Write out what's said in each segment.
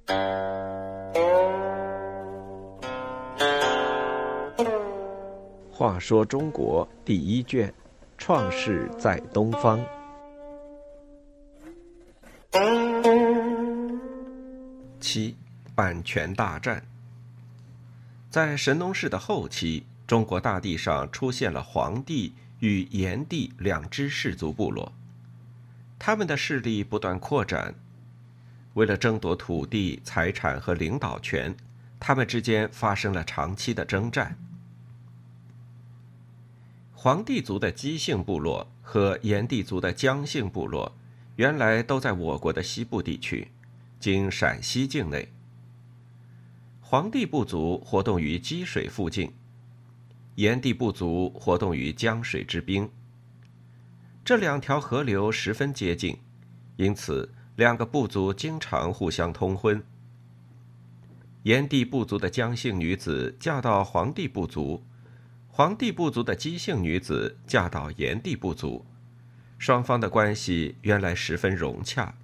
话说中国第一卷，创世在东方。7. 版权大战。在神农氏的后期，中国大地上出现了黄帝与炎帝两支氏族部落，他们的势力不断扩展。为了争夺土地、财产和领导权，他们之间发生了长期的征战。黄帝族的姬姓部落和炎帝族的姜姓部落原来都在我国的西部地区，今陕西境内。黄帝部族活动于积水附近，炎帝部族活动于江水之滨。这两条河流十分接近，因此两个部族经常互相通婚。炎帝部族的姜姓女子嫁到黄帝部族，黄帝部族的姬姓女子嫁到炎帝部族，双方的关系原来十分融洽。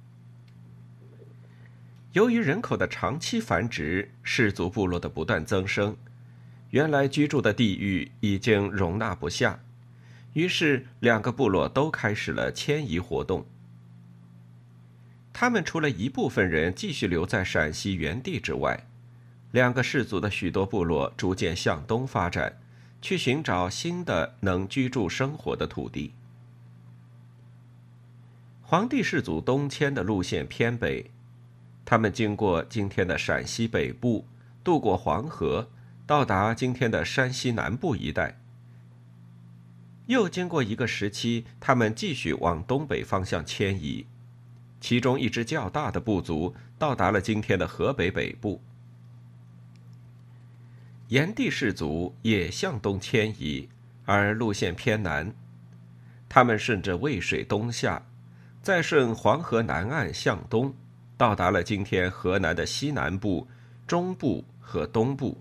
由于人口的长期繁殖，氏族部落的不断增生，原来居住的地域已经容纳不下，于是两个部落都开始了迁移活动。他们除了一部分人继续留在陕西原地之外，两个氏族的许多部落逐渐向东发展，去寻找新的能居住生活的土地。黄帝氏族东迁的路线偏北，他们经过今天的陕西北部，渡过黄河，到达今天的山西南部一带。又经过一个时期，他们继续往东北方向迁移，其中一支较大的部族到达了今天的河北北部。炎帝氏族也向东迁移，而路线偏南。他们顺着渭水东下，再顺黄河南岸向东，到达了今天河南的西南部、中部和东部。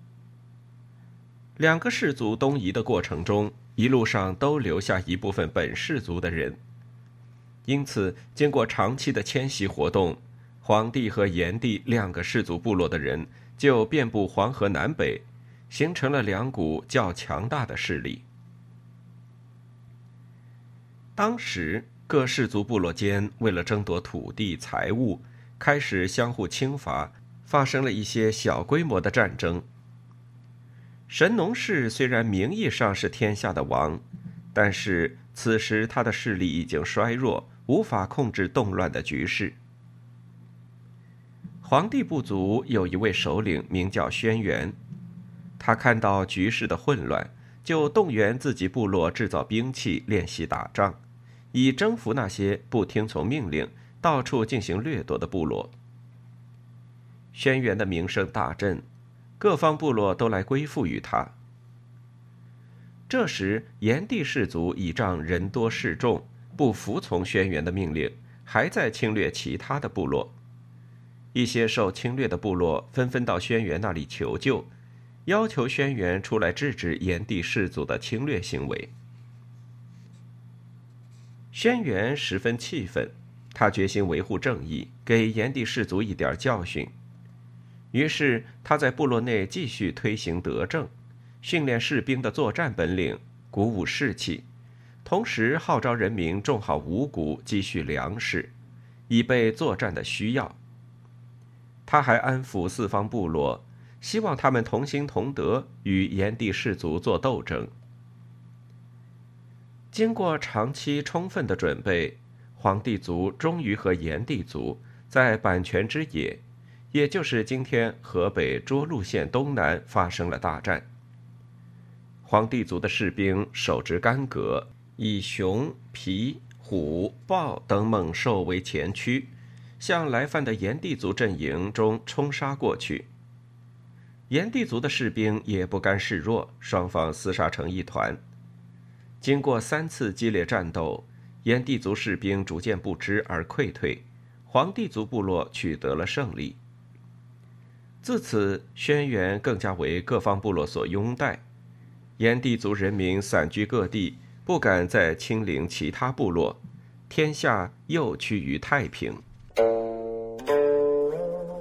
两个氏族东移的过程中，一路上都留下一部分本氏族的人，因此经过长期的迁徙活动，黄帝和炎帝两个氏族部落的人就遍布黄河南北，形成了两股较强大的势力。当时各氏族部落间为了争夺土地财物，开始相互侵伐，发生了一些小规模的战争。神农氏虽然名义上是天下的王，但是此时他的势力已经衰弱，无法控制动乱的局势。黄帝部族有一位首领名叫轩辕，他看到局势的混乱，就动员自己部落制造兵器，练习打仗，以征服那些不听从命令、到处进行掠夺的部落。轩辕的名声大振，各方部落都来归附于他。这时炎帝氏族倚仗人多势众，不服从轩辕的命令，还在侵略其他的部落。一些受侵略的部落纷纷到轩辕那里求救，要求轩辕出来制止炎帝氏族的侵略行为。轩辕十分气愤，他决心维护正义，给炎帝氏族一点教训。于是他在部落内继续推行德政，训练士兵的作战本领，鼓舞士气，同时号召人民种好五谷，积蓄粮食，以备作战的需要。他还安抚四方部落，希望他们同心同德，与炎帝氏族作斗争。经过长期充分的准备，黄帝族终于和炎帝族在阪泉之野，也就是今天河北涿鹿县东南发生了大战。黄帝族的士兵手执干戈，以熊、罴、虎、豹等猛兽为前驱，向来犯的炎帝族阵营中冲杀过去。炎帝族的士兵也不甘示弱，双方厮杀成一团。经过3次激烈战斗，炎帝族士兵逐渐不支而溃退，黄帝族部落取得了胜利。自此，轩辕更加为各方部落所拥戴，炎帝族人民散居各地，不敢再侵凌其他部落，天下又趋于太平。